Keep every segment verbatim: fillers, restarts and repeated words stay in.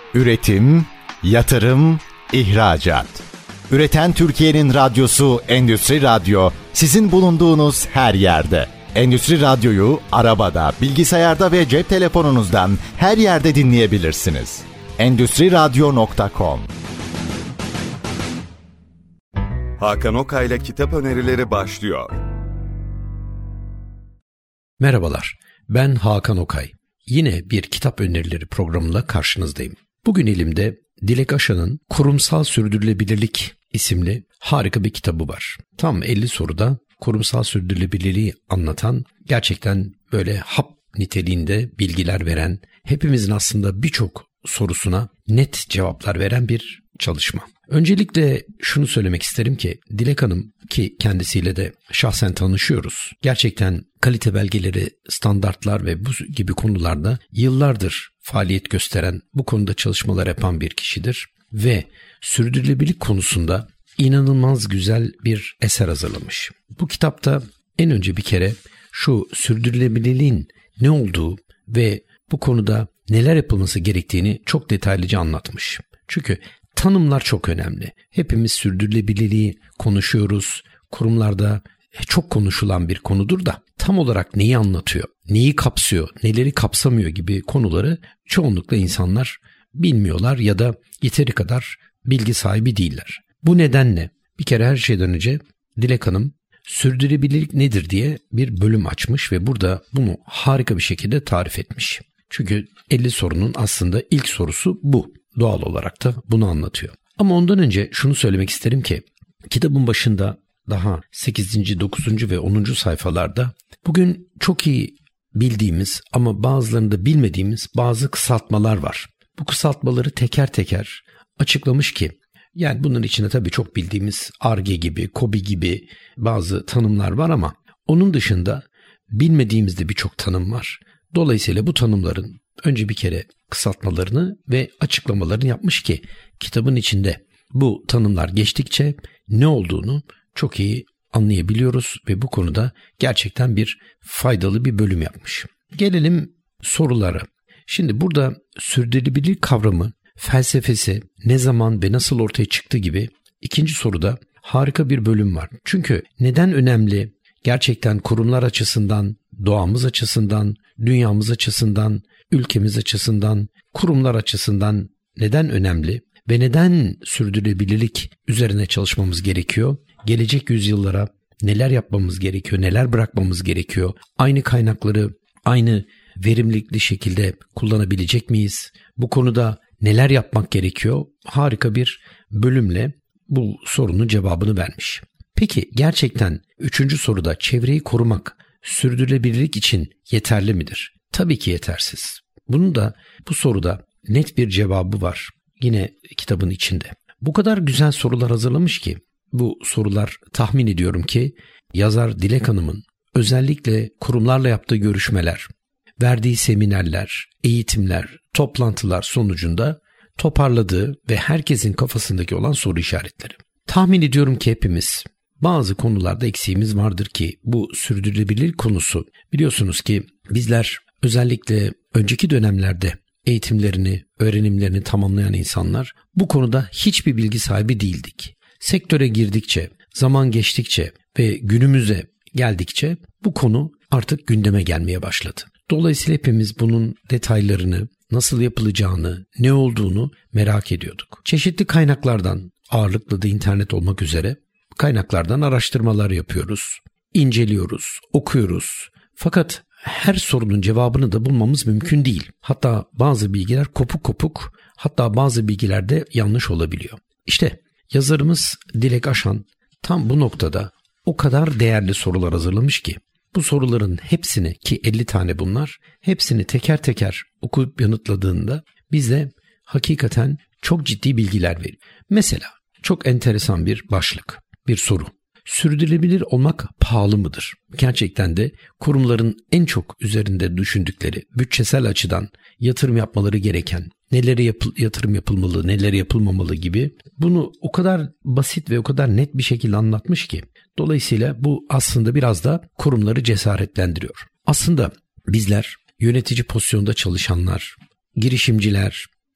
Üretim, yatırım, ihracat. Üreten Türkiye'nin radyosu Endüstri Radyo, sizin bulunduğunuz her yerde. Endüstri Radyo'yu arabada, bilgisayarda ve cep telefonunuzdan her yerde dinleyebilirsiniz. endüstri radyo nokta com. Hakan Okay'la kitap önerileri başlıyor. Merhabalar, ben Hakan Okay. Yine bir kitap önerileri programıyla karşınızdayım. Bugün elimde Dilek Aşan'ın Kurumsal Sürdürülebilirlik isimli harika bir kitabı var. Tam elli soruda kurumsal sürdürülebilirliği anlatan, gerçekten böyle hap niteliğinde bilgiler veren, hepimizin aslında birçok sorusuna net cevaplar veren bir çalışma. Öncelikle şunu söylemek isterim ki Dilek Hanım, ki kendisiyle de şahsen tanışıyoruz, gerçekten kalite belgeleri, standartlar ve bu gibi konularda yıllardır faaliyet gösteren, bu konuda çalışmalar yapan bir kişidir ve sürdürülebilirlik konusunda inanılmaz güzel bir eser hazırlamış. Bu kitapta en önce bir kere şu sürdürülebilirliğin ne olduğu ve bu konuda neler yapılması gerektiğini çok detaylıca anlatmış. Çünkü tanımlar çok önemli. Hepimiz sürdürülebilirliği konuşuyoruz. Kurumlarda çok konuşulan bir konudur da tam olarak neyi anlatıyor, neyi kapsıyor, neleri kapsamıyor gibi konuları çoğunlukla insanlar bilmiyorlar ya da yeteri kadar bilgi sahibi değiller. Bu nedenle bir kere her şeyden önce Dilek Hanım sürdürülebilirlik nedir diye bir bölüm açmış ve burada bunu harika bir şekilde tarif etmiş. Çünkü elli sorunun aslında ilk sorusu bu. Doğal olarak da bunu anlatıyor. Ama ondan önce şunu söylemek isterim ki kitabın başında daha sekizinci, dokuzuncu ve onuncu sayfalarda bugün çok iyi bildiğimiz ama bazılarında bilmediğimiz bazı kısaltmalar var. Bu kısaltmaları teker teker açıklamış ki, yani bunun içinde tabii çok bildiğimiz Ar-Ge gibi, KOBİ gibi bazı tanımlar var ama onun dışında bilmediğimiz de birçok tanım var. Dolayısıyla bu tanımların önce bir kere kısaltmalarını ve açıklamalarını yapmış ki kitabın içinde bu tanımlar geçtikçe ne olduğunu çok iyi anlayabiliyoruz ve bu konuda gerçekten bir faydalı bir bölüm yapmış. Gelelim sorulara. Şimdi burada sürdürülebilirlik kavramı, felsefesi ne zaman ve nasıl ortaya çıktı gibi ikinci soruda harika bir bölüm var. Çünkü neden önemli? Gerçekten kurumlar açısından, doğamız açısından, dünyamız açısından, ülkemiz açısından, kurumlar açısından neden önemli ve neden sürdürülebilirlik üzerine çalışmamız gerekiyor? Gelecek yüzyıllara neler yapmamız gerekiyor, neler bırakmamız gerekiyor? Aynı kaynakları aynı verimlilikli şekilde kullanabilecek miyiz? Bu konuda neler yapmak gerekiyor? Harika bir bölümle bu sorunun cevabını vermiş. Peki gerçekten üçüncü soruda çevreyi korumak sürdürülebilirlik için yeterli midir? Tabii ki yetersiz. Bunun da bu soruda net bir cevabı var yine kitabın içinde. Bu kadar güzel sorular hazırlamış ki bu sorular tahmin ediyorum ki yazar Dilek Hanım'ın özellikle kurumlarla yaptığı görüşmeler, verdiği seminerler, eğitimler, toplantılar sonucunda toparladığı ve herkesin kafasındaki olan soru işaretleri. Tahmin ediyorum ki hepimiz bazı konularda eksiğimiz vardır ki bu sürdürülebilirlik konusu, biliyorsunuz ki bizler özellikle önceki dönemlerde eğitimlerini, öğrenimlerini tamamlayan insanlar bu konuda hiçbir bilgi sahibi değildik. Sektöre girdikçe, zaman geçtikçe ve günümüze geldikçe bu konu artık gündeme gelmeye başladı. Dolayısıyla hepimiz bunun detaylarını, nasıl yapılacağını, ne olduğunu merak ediyorduk. Çeşitli kaynaklardan, ağırlıklı da internet olmak üzere kaynaklardan araştırmalar yapıyoruz, inceliyoruz, okuyoruz. Fakat her sorunun cevabını da bulmamız mümkün değil. Hatta bazı bilgiler kopuk kopuk, hatta bazı bilgiler de yanlış olabiliyor. İşte yazarımız Dilek Aşan tam bu noktada o kadar değerli sorular hazırlamış ki bu soruların hepsini, ki elli tane bunlar, hepsini teker teker okuyup yanıtladığında bize hakikaten çok ciddi bilgiler veriyor. Mesela çok enteresan bir başlık, bir soru. Sürdürülebilir olmak pahalı mıdır? Gerçekten de kurumların en çok üzerinde düşündükleri, bütçesel açıdan yatırım yapmaları gereken, neleri yapıl- yatırım yapılmalı, neleri yapılmamalı gibi bunu o kadar basit ve o kadar net bir şekilde anlatmış ki dolayısıyla bu aslında biraz da kurumları cesaretlendiriyor. Aslında bizler yönetici pozisyonda çalışanlar, girişimciler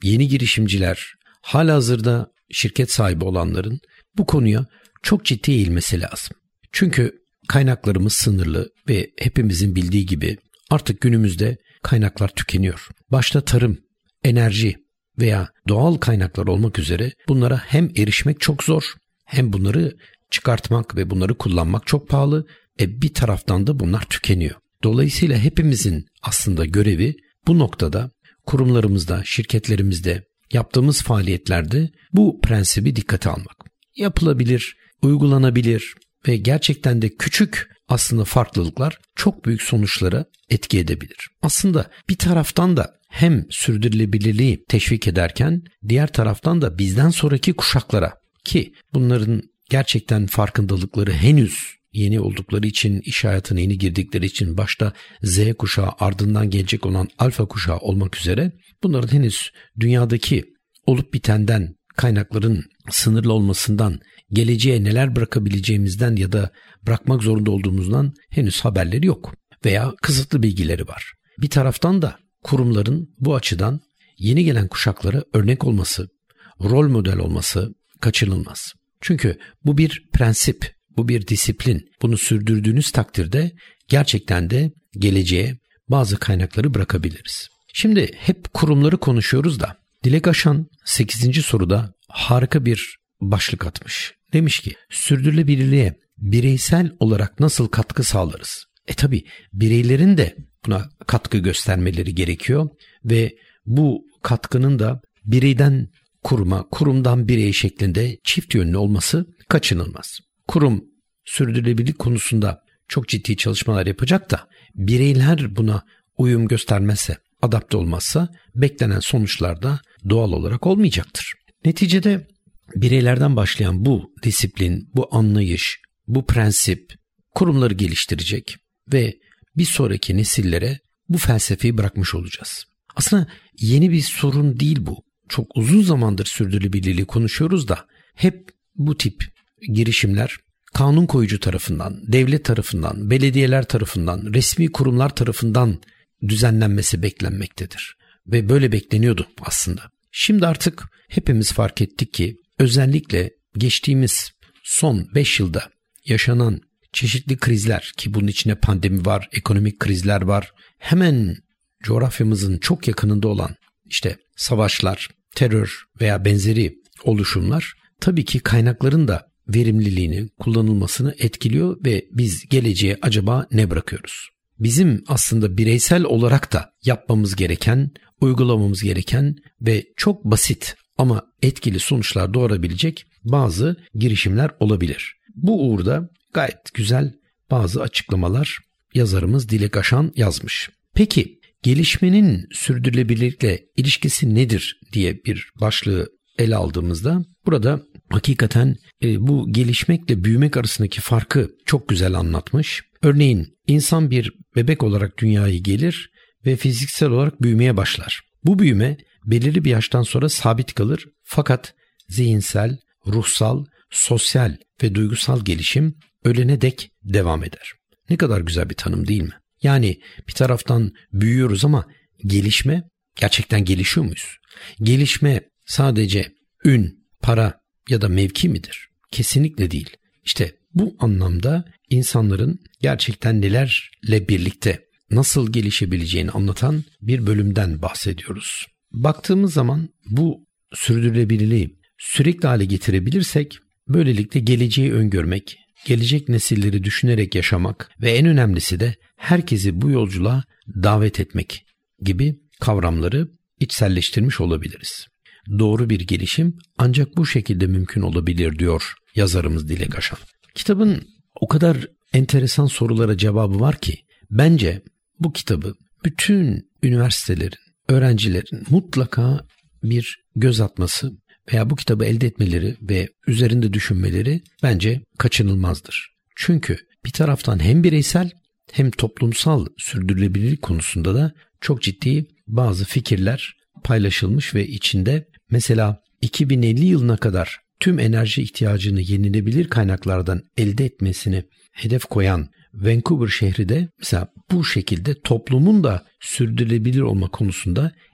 yeni girişimciler, halihazırda şirket sahibi olanların bu konuya çok ciddi eğilmesi lazım. Çünkü kaynaklarımız sınırlı ve hepimizin bildiği gibi artık günümüzde kaynaklar tükeniyor. Başta tarım, enerji veya doğal kaynaklar olmak üzere bunlara hem erişmek çok zor, hem bunları çıkartmak ve bunları kullanmak çok pahalı. E bir taraftan da bunlar tükeniyor. Dolayısıyla hepimizin aslında görevi bu noktada kurumlarımızda, şirketlerimizde, yaptığımız faaliyetlerde bu prensibi dikkate almak. Yapılabilir, uygulanabilir ve gerçekten de küçük aslında farklılıklar çok büyük sonuçlara etki edebilir. Aslında bir taraftan da hem sürdürülebilirliği teşvik ederken diğer taraftan da bizden sonraki kuşaklara, ki bunların gerçekten farkındalıkları henüz yeni oldukları için, iş hayatına yeni girdikleri için başta Z kuşağı, ardından gelecek olan alfa kuşağı olmak üzere bunların henüz dünyadaki olup bitenden, kaynakların sınırlı olmasından, geleceğe neler bırakabileceğimizden ya da bırakmak zorunda olduğumuzdan henüz haberleri yok veya kısıtlı bilgileri var. Bir taraftan da kurumların bu açıdan yeni gelen kuşaklara örnek olması, rol model olması kaçınılmaz. Çünkü bu bir prensip, bu bir disiplin. Bunu sürdürdüğünüz takdirde gerçekten de geleceğe bazı kaynakları bırakabiliriz. Şimdi hep kurumları konuşuyoruz da Dilek Aşan sekizinci soruda harika bir başlık atmış. Demiş ki sürdürülebilirliğe bireysel olarak nasıl katkı sağlarız? E tabi bireylerin de buna katkı göstermeleri gerekiyor ve bu katkının da bireyden kuruma, kurumdan birey şeklinde çift yönlü olması kaçınılmaz. Kurum sürdürülebilirlik konusunda çok ciddi çalışmalar yapacak da bireyler buna uyum göstermezse, adapte olmazsa beklenen sonuçlar da doğal olarak olmayacaktır. Neticede bireylerden başlayan bu disiplin, bu anlayış, bu prensip kurumları geliştirecek ve bir sonraki nesillere bu felsefeyi bırakmış olacağız. Aslında yeni bir sorun değil bu. Çok uzun zamandır sürdürülebilirliği konuşuyoruz da hep bu tip girişimler kanun koyucu tarafından, devlet tarafından, belediyeler tarafından, resmi kurumlar tarafından düzenlenmesi beklenmektedir. Ve böyle bekleniyordu aslında. Şimdi artık hepimiz fark ettik ki özellikle geçtiğimiz son beş yılda yaşanan çeşitli krizler, ki bunun içine pandemi var, ekonomik krizler var, hemen coğrafyamızın çok yakınında olan işte savaşlar, terör veya benzeri oluşumlar tabii ki kaynakların da verimliliğini, kullanılmasını etkiliyor ve biz geleceğe acaba ne bırakıyoruz? Bizim aslında bireysel olarak da yapmamız gereken, uygulamamız gereken ve çok basit ama etkili sonuçlar doğurabilecek bazı girişimler olabilir. Bu uğurda gayet güzel bazı açıklamalar yazarımız Dilek Aşan yazmış. Peki gelişmenin sürdürülebilirlikle ilişkisi nedir diye bir başlığı ele aldığımızda burada hakikaten e, bu gelişmekle büyümek arasındaki farkı çok güzel anlatmış. Örneğin insan bir bebek olarak dünyaya gelir ve fiziksel olarak büyümeye başlar. Bu büyüme belirli bir yaştan sonra sabit kalır fakat zihinsel, ruhsal, sosyal ve duygusal gelişim ölene dek devam eder. Ne kadar güzel bir tanım değil mi? Yani bir taraftan büyüyoruz ama gelişme, gerçekten gelişiyor muyuz? Gelişme sadece ün, para ya da mevki midir? Kesinlikle değil. İşte bu anlamda insanların gerçekten nelerle birlikte nasıl gelişebileceğini anlatan bir bölümden bahsediyoruz. Baktığımız zaman bu sürdürülebilirliği sürekli hale getirebilirsek böylelikle geleceği öngörmek, gelecek nesilleri düşünerek yaşamak ve en önemlisi de herkesi bu yolculuğa davet etmek gibi kavramları içselleştirmiş olabiliriz. Doğru bir gelişim ancak bu şekilde mümkün olabilir diyor yazarımız Dilek Aşan. Kitabın o kadar enteresan sorulara cevabı var ki bence bu kitabı bütün üniversitelerin, öğrencilerin mutlaka bir göz atması veya bu kitabı elde etmeleri ve üzerinde düşünmeleri bence kaçınılmazdır. Çünkü bir taraftan hem bireysel hem toplumsal sürdürülebilirlik konusunda da çok ciddi bazı fikirler paylaşılmış ve içinde mesela iki bin elli yılına kadar tüm enerji ihtiyacını yenilebilir kaynaklardan elde etmesini hedef koyan Vancouver şehri de mesela bu şekilde toplumun da sürdürülebilir olma konusunda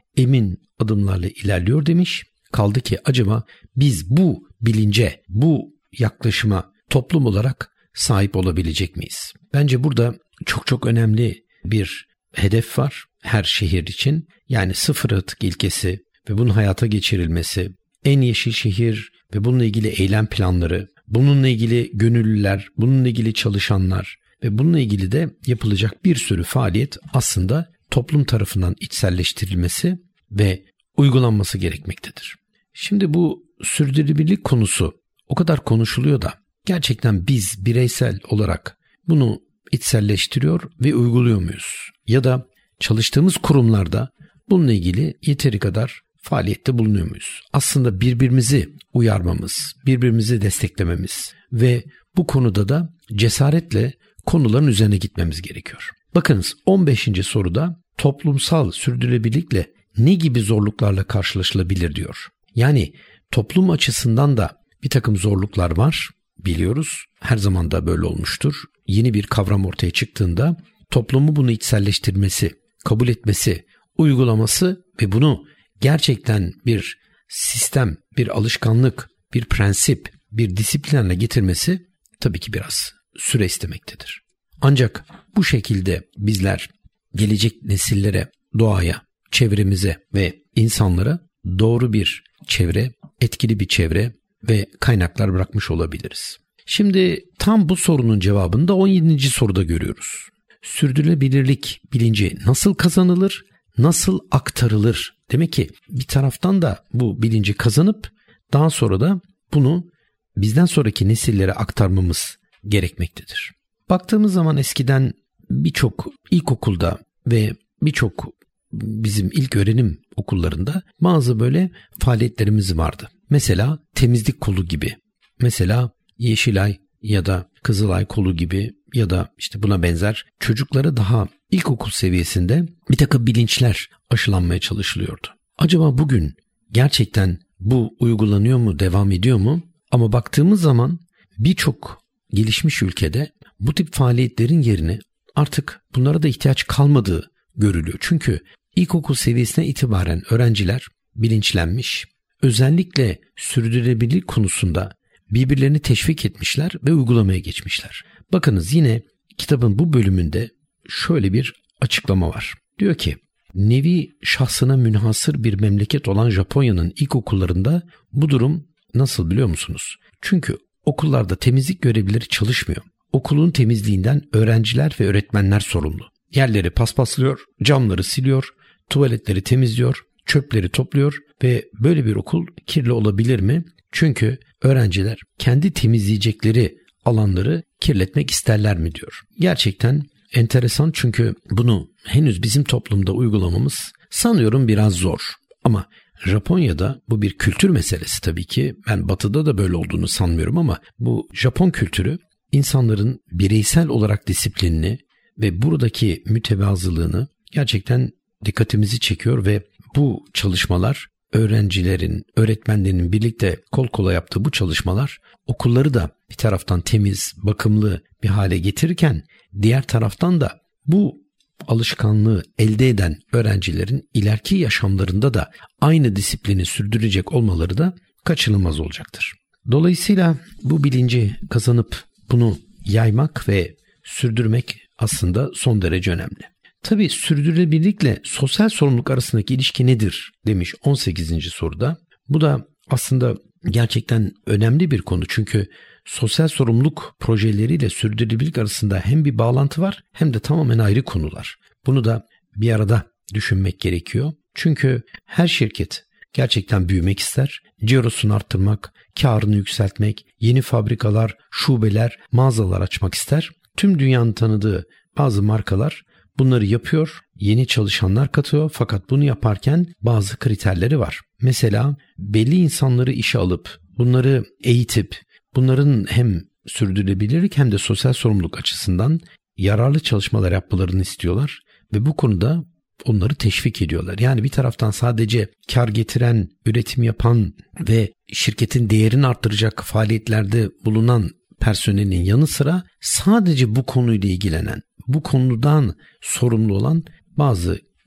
emin adımlarla ilerliyor demiş. Kaldı ki acaba biz bu bilince, bu yaklaşıma toplum olarak sahip olabilecek miyiz? Bence burada çok çok önemli bir hedef var her şehir için. Yani sıfır atık ilkesi ve bunun hayata geçirilmesi, en yeşil şehir ve bununla ilgili eylem planları, bununla ilgili gönüllüler, bununla ilgili çalışanlar ve bununla ilgili de yapılacak bir sürü faaliyet aslında toplum tarafından içselleştirilmesi ve uygulanması gerekmektedir. Şimdi bu sürdürülebilirlik konusu o kadar konuşuluyor da gerçekten biz bireysel olarak bunu içselleştiriyor ve uyguluyor muyuz? Ya da çalıştığımız kurumlarda bununla ilgili yeteri kadar faaliyette bulunuyor muyuz? Aslında birbirimizi uyarmamız, birbirimizi desteklememiz ve bu konuda da cesaretle konuların üzerine gitmemiz gerekiyor. Bakınız on beşinci soruda toplumsal sürdürülebilirlikle ne gibi zorluklarla karşılaşılabilir diyor. Yani toplum açısından da bir takım zorluklar var biliyoruz. Her zaman da böyle olmuştur. Yeni bir kavram ortaya çıktığında toplumu bunu içselleştirmesi, kabul etmesi, uygulaması ve bunu gerçekten bir sistem, bir alışkanlık, bir prensip, bir disiplinle getirmesi tabii ki biraz süre istemektedir. Ancak bu şekilde bizler gelecek nesillere, doğaya, çevremize ve insanlara doğru bir çevre, etkili bir çevre ve kaynaklar bırakmış olabiliriz. Şimdi tam bu sorunun cevabını da on yedinci soruda görüyoruz. Sürdürülebilirlik bilinci nasıl kazanılır, nasıl aktarılır? Demek ki bir taraftan da bu bilinci kazanıp daha sonra da bunu bizden sonraki nesillere aktarmamız gerekmektedir. Baktığımız zaman eskiden birçok ilkokulda ve birçok bizim ilk öğrenim okullarında bazı böyle faaliyetlerimiz vardı. Mesela temizlik kolu gibi, mesela Yeşilay ya da Kızılay kolu gibi ya da işte buna benzer çocuklara daha ilkokul seviyesinde bir takım bilinçler aşılanmaya çalışılıyordu. Acaba bugün gerçekten bu uygulanıyor mu, devam ediyor mu? Ama baktığımız zaman birçok gelişmiş ülkede bu tip faaliyetlerin yerine artık bunlara da ihtiyaç kalmadığı görülüyor. Çünkü ilkokul seviyesine itibaren öğrenciler bilinçlenmiş, özellikle sürdürülebilirlik konusunda birbirlerini teşvik etmişler ve uygulamaya geçmişler. Bakınız yine kitabın bu bölümünde şöyle bir açıklama var. Diyor ki, nevi şahsına münhasır bir memleket olan Japonya'nın ilkokullarında bu durum nasıl biliyor musunuz? Çünkü okullarda temizlik görevlileri çalışmıyor. Okulun temizliğinden öğrenciler ve öğretmenler sorumlu. Yerleri paspaslıyor, camları siliyor, tuvaletleri temizliyor, çöpleri topluyor ve böyle bir okul kirli olabilir mi? Çünkü öğrenciler kendi temizleyecekleri alanları kirletmek isterler mi diyor. Gerçekten enteresan, çünkü bunu henüz bizim toplumda uygulamamız sanıyorum biraz zor. Ama Japonya'da bu bir kültür meselesi tabii ki. Ben Batı'da da böyle olduğunu sanmıyorum ama bu Japon kültürü insanların bireysel olarak disiplinini ve buradaki mütevazılığını gerçekten dikkatimizi çekiyor ve bu çalışmalar, öğrencilerin, öğretmenlerin birlikte kol kola yaptığı bu çalışmalar okulları da bir taraftan temiz, bakımlı bir hale getirirken diğer taraftan da bu alışkanlığı elde eden öğrencilerin ileriki yaşamlarında da aynı disiplini sürdürecek olmaları da kaçınılmaz olacaktır. Dolayısıyla bu bilinci kazanıp bunu yaymak ve sürdürmek aslında son derece önemli. Tabii sürdürülebilirlikle sosyal sorumluluk arasındaki ilişki nedir demiş on sekizinci soruda. Bu da aslında gerçekten önemli bir konu, çünkü sosyal sorumluluk projeleriyle sürdürülebilirlik arasında hem bir bağlantı var hem de tamamen ayrı konular. Bunu da bir arada düşünmek gerekiyor. Çünkü her şirket gerçekten büyümek ister, cirosunu arttırmak, karını yükseltmek, yeni fabrikalar, şubeler, mağazalar açmak ister. Tüm dünyanın tanıdığı bazı markalar bunları yapıyor, yeni çalışanlar katıyor, fakat bunu yaparken bazı kriterleri var. Mesela belli insanları işe alıp, bunları eğitip, bunların hem sürdürülebilirlik hem de sosyal sorumluluk açısından yararlı çalışmalar yapmalarını istiyorlar ve bu konuda onları teşvik ediyorlar. Yani bir taraftan sadece kar getiren, üretim yapan ve şirketin değerini arttıracak faaliyetlerde bulunan personelin yanı sıra sadece bu konuyla ilgilenen, bu konudan sorumlu olan bazı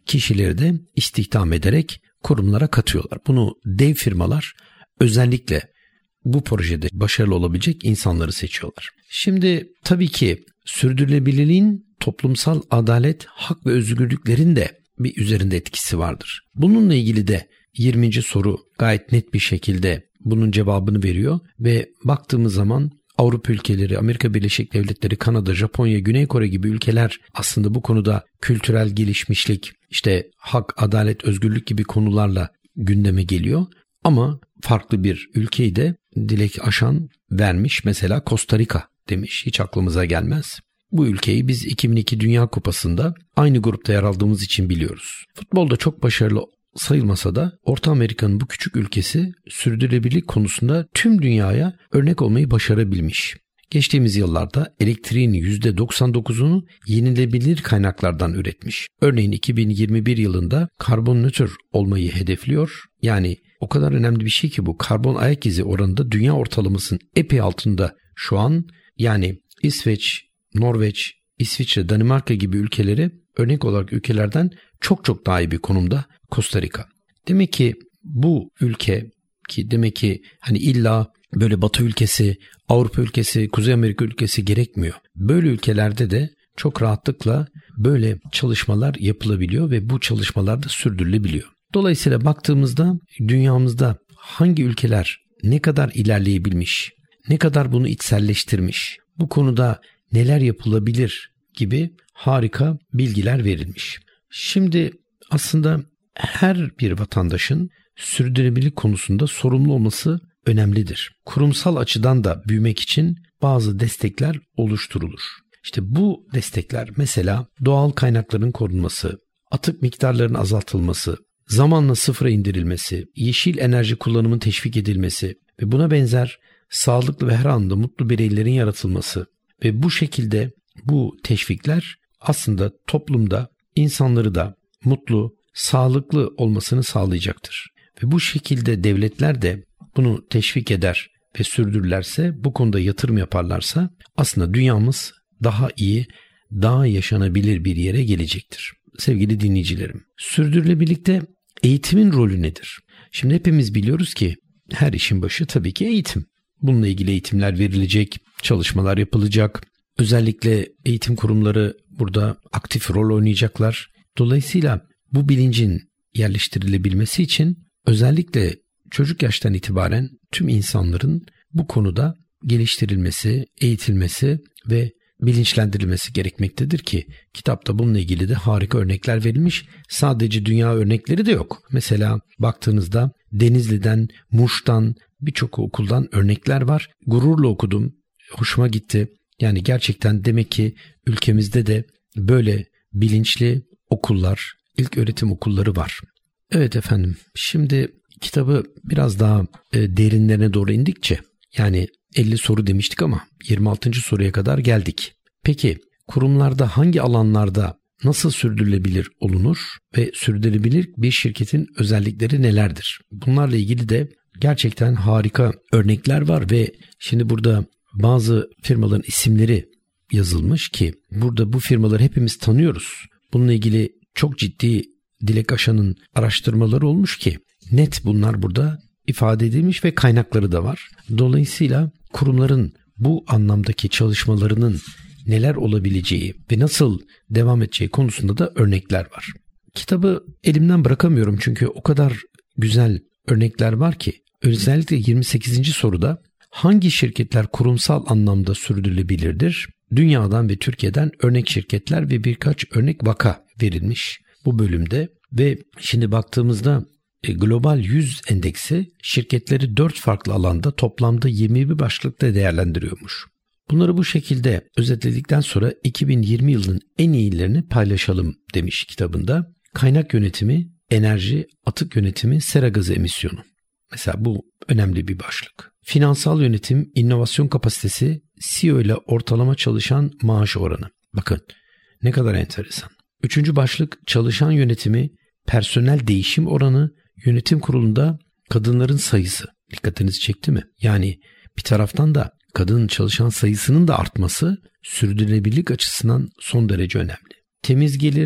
kişileri de istihdam ederek kurumlara katıyorlar. Bunu dev firmalar özellikle bu projede başarılı olabilecek insanları seçiyorlar. Şimdi tabii ki sürdürülebilirliğin toplumsal adalet, hak ve özgürlüklerin de bir üzerinde etkisi vardır. Bununla ilgili de yirminci soru gayet net bir şekilde bunun cevabını veriyor ve baktığımız zaman Avrupa ülkeleri, Amerika Birleşik Devletleri, Kanada, Japonya, Güney Kore gibi ülkeler aslında bu konuda kültürel gelişmişlik, işte hak, adalet, özgürlük gibi konularla gündeme geliyor. Ama farklı bir ülkeyi de Dilek Aşan vermiş. Mesela Costa Rica demiş. Hiç aklımıza gelmez. Bu ülkeyi biz iki bin iki Dünya Kupası'nda aynı grupta yer aldığımız için biliyoruz. Futbolda çok başarılı sayılmasa da Orta Amerika'nın bu küçük ülkesi sürdürülebilirlik konusunda tüm dünyaya örnek olmayı başarabilmiş. Geçtiğimiz yıllarda elektriğin yüzde doksan dokuzunu yenilebilir kaynaklardan üretmiş. Örneğin iki bin yirmi bir yılında karbon nötr olmayı hedefliyor. Yani o kadar önemli bir şey ki bu karbon ayak izi oranında dünya ortalamasının epey altında şu an. Yani İsveç, Norveç, İsviçre, Danimarka gibi ülkeleri örnek olarak ülkelerden çok çok daha iyi bir konumda Costa Rica. Demek ki bu ülke ki demek ki hani illa böyle Batı ülkesi, Avrupa ülkesi, Kuzey Amerika ülkesi gerekmiyor. Böyle ülkelerde de çok rahatlıkla böyle çalışmalar yapılabiliyor ve bu çalışmalar da sürdürülebiliyor. Dolayısıyla baktığımızda dünyamızda hangi ülkeler ne kadar ilerleyebilmiş, ne kadar bunu içselleştirmiş, bu konuda neler yapılabilir gibi harika bilgiler verilmiş. Şimdi aslında her bir vatandaşın sürdürülebilirlik konusunda sorumlu olması önemlidir. Kurumsal açıdan da büyümek için bazı destekler oluşturulur. İşte bu destekler mesela doğal kaynakların korunması, atık miktarlarının azaltılması, zamanla sıfıra indirilmesi, yeşil enerji kullanımının teşvik edilmesi ve buna benzer sağlıklı ve her anda mutlu bireylerin yaratılması ve bu şekilde bu teşvikler aslında toplumda insanları da mutlu, sağlıklı olmasını sağlayacaktır. Ve bu şekilde devletler de bunu teşvik eder ve sürdürürlerse, bu konuda yatırım yaparlarsa aslında dünyamız daha iyi, daha yaşanabilir bir yere gelecektir. Sevgili dinleyicilerim, sürdürülebilirlikte eğitimin rolü nedir? Şimdi hepimiz biliyoruz ki her işin başı tabii ki eğitim. Bununla ilgili eğitimler verilecek, çalışmalar yapılacak. Özellikle eğitim kurumları burada aktif rol oynayacaklar. Dolayısıyla bu bilincin yerleştirilebilmesi için özellikle çocuk yaştan itibaren tüm insanların bu konuda geliştirilmesi, eğitilmesi ve bilinçlendirilmesi gerekmektedir ki kitapta bununla ilgili de harika örnekler verilmiş. Sadece dünya örnekleri de yok. Mesela baktığınızda Denizli'den, Muş'tan, birçok okuldan örnekler var. Gururla okudum. Hoşuma gitti. Yani gerçekten demek ki ülkemizde de böyle bilinçli okullar, ilk öğretim okulları var. Evet efendim, şimdi kitabı biraz daha e, derinlerine doğru indikçe, yani elli soru demiştik ama yirmi altıncı soruya kadar geldik. Peki kurumlarda hangi alanlarda nasıl sürdürülebilir olunur ve sürdürülebilir bir şirketin özellikleri nelerdir? Bunlarla ilgili de gerçekten harika örnekler var ve şimdi burada bazı firmaların isimleri yazılmış ki burada bu firmaları hepimiz tanıyoruz. Bununla ilgili çok ciddi Dilek Aşan'ın araştırmaları olmuş ki net bunlar burada ifade edilmiş ve kaynakları da var. Dolayısıyla kurumların bu anlamdaki çalışmalarının neler olabileceği ve nasıl devam edeceği konusunda da örnekler var. Kitabı elimden bırakamıyorum çünkü o kadar güzel örnekler var ki özellikle yirmi sekizinci soruda hangi şirketler kurumsal anlamda sürdürülebilirdir? Dünyadan ve Türkiye'den örnek şirketler ve birkaç örnek vaka verilmiş bu bölümde ve şimdi baktığımızda Global yüz endeksi şirketleri dört farklı alanda toplamda yirmi bir başlıkta değerlendiriyormuş. Bunları bu şekilde özetledikten sonra iki bin yirmi yılının en iyilerini paylaşalım demiş kitabında. Kaynak yönetimi, enerji, atık yönetimi, sera gazı emisyonu. Mesela bu önemli bir başlık. Finansal yönetim, inovasyon kapasitesi, C E O ile ortalama çalışan maaş oranı. Bakın ne kadar enteresan. Üçüncü başlık çalışan yönetimi, personel değişim oranı, yönetim kurulunda kadınların sayısı. Dikkatinizi çekti mi? Yani bir taraftan da kadın çalışan sayısının da artması sürdürülebilirlik açısından son derece önemli. Temiz gelir,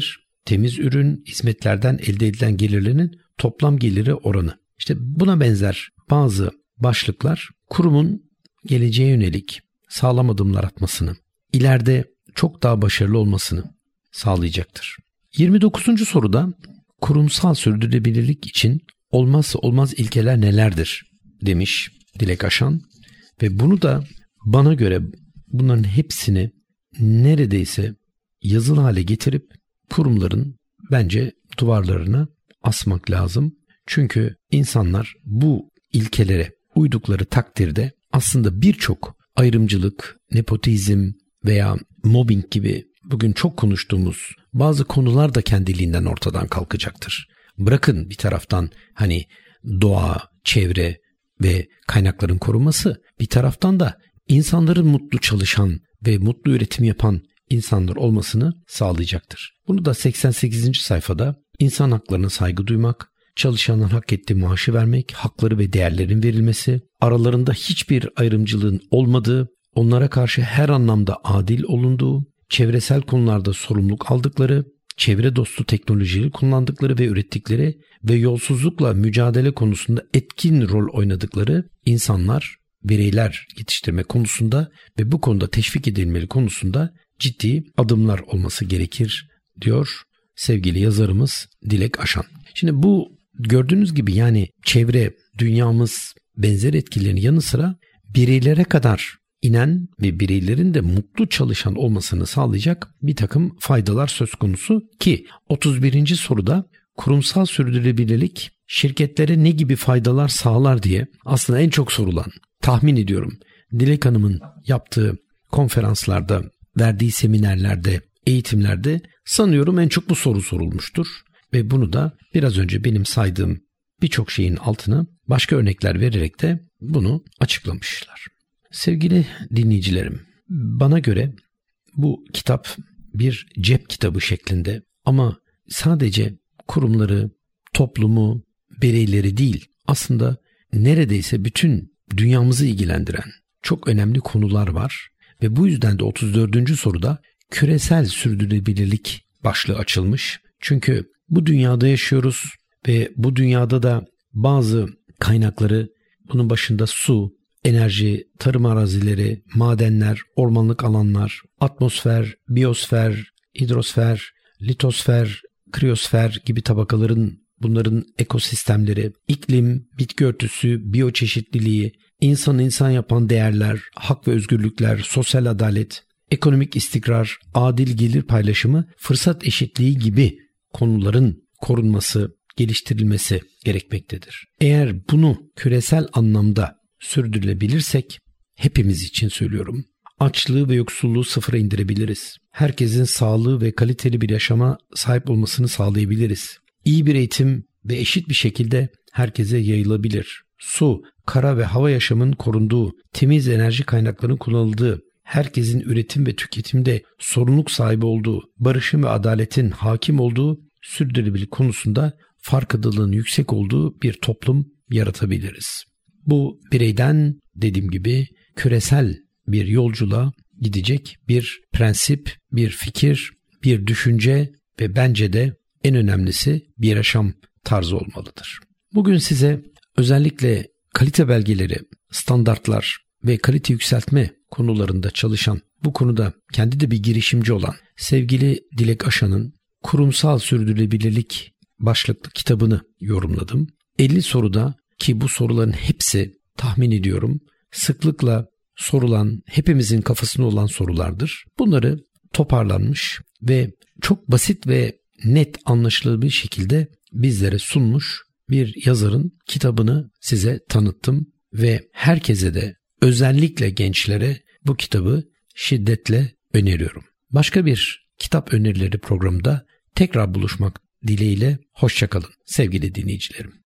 temiz ürün, hizmetlerden elde edilen gelirlerin toplam geliri oranı. İşte buna benzer bazı başlıklar kurumun geleceğe yönelik sağlam adımlar atmasını, ileride çok daha başarılı olmasını sağlayacaktır. yirmi dokuzuncu soruda kurumsal sürdürülebilirlik için olmazsa olmaz ilkeler nelerdir demiş Dilek Aşan ve bunu da bana göre bunların hepsini neredeyse yazılı hale getirip kurumların bence duvarlarına asmak lazım. Çünkü insanlar bu ilkelere uydukları takdirde aslında birçok ayrımcılık, nepotizm veya mobbing gibi bugün çok konuştuğumuz bazı konular da kendiliğinden ortadan kalkacaktır. Bırakın bir taraftan hani doğa, çevre ve kaynakların korunması, bir taraftan da insanların mutlu çalışan ve mutlu üretim yapan insanlar olmasını sağlayacaktır. Bunu da seksen sekizinci sayfada insan haklarına saygı duymak, çalışanların hak ettiği maaşı vermek, hakları ve değerlerin verilmesi, aralarında hiçbir ayrımcılığın olmadığı, onlara karşı her anlamda adil olunduğu, çevresel konularda sorumluluk aldıkları, çevre dostu teknolojileri kullandıkları ve ürettikleri ve yolsuzlukla mücadele konusunda etkin rol oynadıkları insanlar, bireyler yetiştirme konusunda ve bu konuda teşvik edilmeli konusunda ciddi adımlar olması gerekir diyor sevgili yazarımız Dilek Aşan. Şimdi bu gördüğünüz gibi yani çevre, dünyamız benzer etkilerin yanı sıra bireylere kadar inen ve bireylerin de mutlu çalışan olmasını sağlayacak bir takım faydalar söz konusu ki otuz birinci soruda kurumsal sürdürülebilirlik şirketlere ne gibi faydalar sağlar diye aslında en çok sorulan, tahmin ediyorum Dilek Hanım'ın yaptığı konferanslarda, verdiği seminerlerde, eğitimlerde sanıyorum en çok bu soru sorulmuştur. Ve bunu da biraz önce benim saydığım birçok şeyin altına başka örnekler vererek de bunu açıklamışlar. Sevgili dinleyicilerim, bana göre bu kitap bir cep kitabı şeklinde ama sadece kurumları, toplumu, bireyleri değil aslında neredeyse bütün dünyamızı ilgilendiren çok önemli konular var ve bu yüzden de otuz dördüncü soruda küresel sürdürülebilirlik başlığı açılmış. Çünkü bu dünyada yaşıyoruz ve bu dünyada da bazı kaynakları, bunun başında su, enerji, tarım arazileri, madenler, ormanlık alanlar, atmosfer, biyosfer, hidrosfer, litosfer, kriyosfer gibi tabakaların, bunların ekosistemleri, iklim, bitki örtüsü, biyoçeşitliliği, insan insan yapan değerler, hak ve özgürlükler, sosyal adalet, ekonomik istikrar, adil gelir paylaşımı, fırsat eşitliği gibi konuların korunması, geliştirilmesi gerekmektedir. Eğer bunu küresel anlamda sürdürülebilirsek, hepimiz için söylüyorum, açlığı ve yoksulluğu sıfıra indirebiliriz. Herkesin sağlığı ve kaliteli bir yaşama sahip olmasını sağlayabiliriz. İyi bir eğitim ve eşit bir şekilde herkese yayılabilir. Su, kara ve hava yaşamının korunduğu, temiz enerji kaynaklarının kullanıldığı, herkesin üretim ve tüketimde sorumluluk sahibi olduğu, barışın ve adaletin hakim olduğu, sürdürülebilirlik konusunda farkındalığın yüksek olduğu bir toplum yaratabiliriz. Bu bireyden dediğim gibi küresel bir yolculuğa gidecek bir prensip, bir fikir, bir düşünce ve bence de en önemlisi bir yaşam tarzı olmalıdır. Bugün size özellikle kalite belgeleri, standartlar ve kalite yükseltme konularında çalışan, bu konuda kendi de bir girişimci olan sevgili Dilek Aşan'ın Kurumsal Sürdürülebilirlik başlıklı kitabını yorumladım. elli soruda ki bu soruların hepsi tahmin ediyorum sıklıkla sorulan, hepimizin kafasında olan sorulardır. Bunları toparlanmış ve çok basit ve net anlaşılır bir şekilde bizlere sunmuş bir yazarın kitabını size tanıttım ve herkese de özellikle gençlere bu kitabı şiddetle öneriyorum. Başka bir kitap önerileri programında tekrar buluşmak dileğiyle hoşça kalın sevgili dinleyicilerim.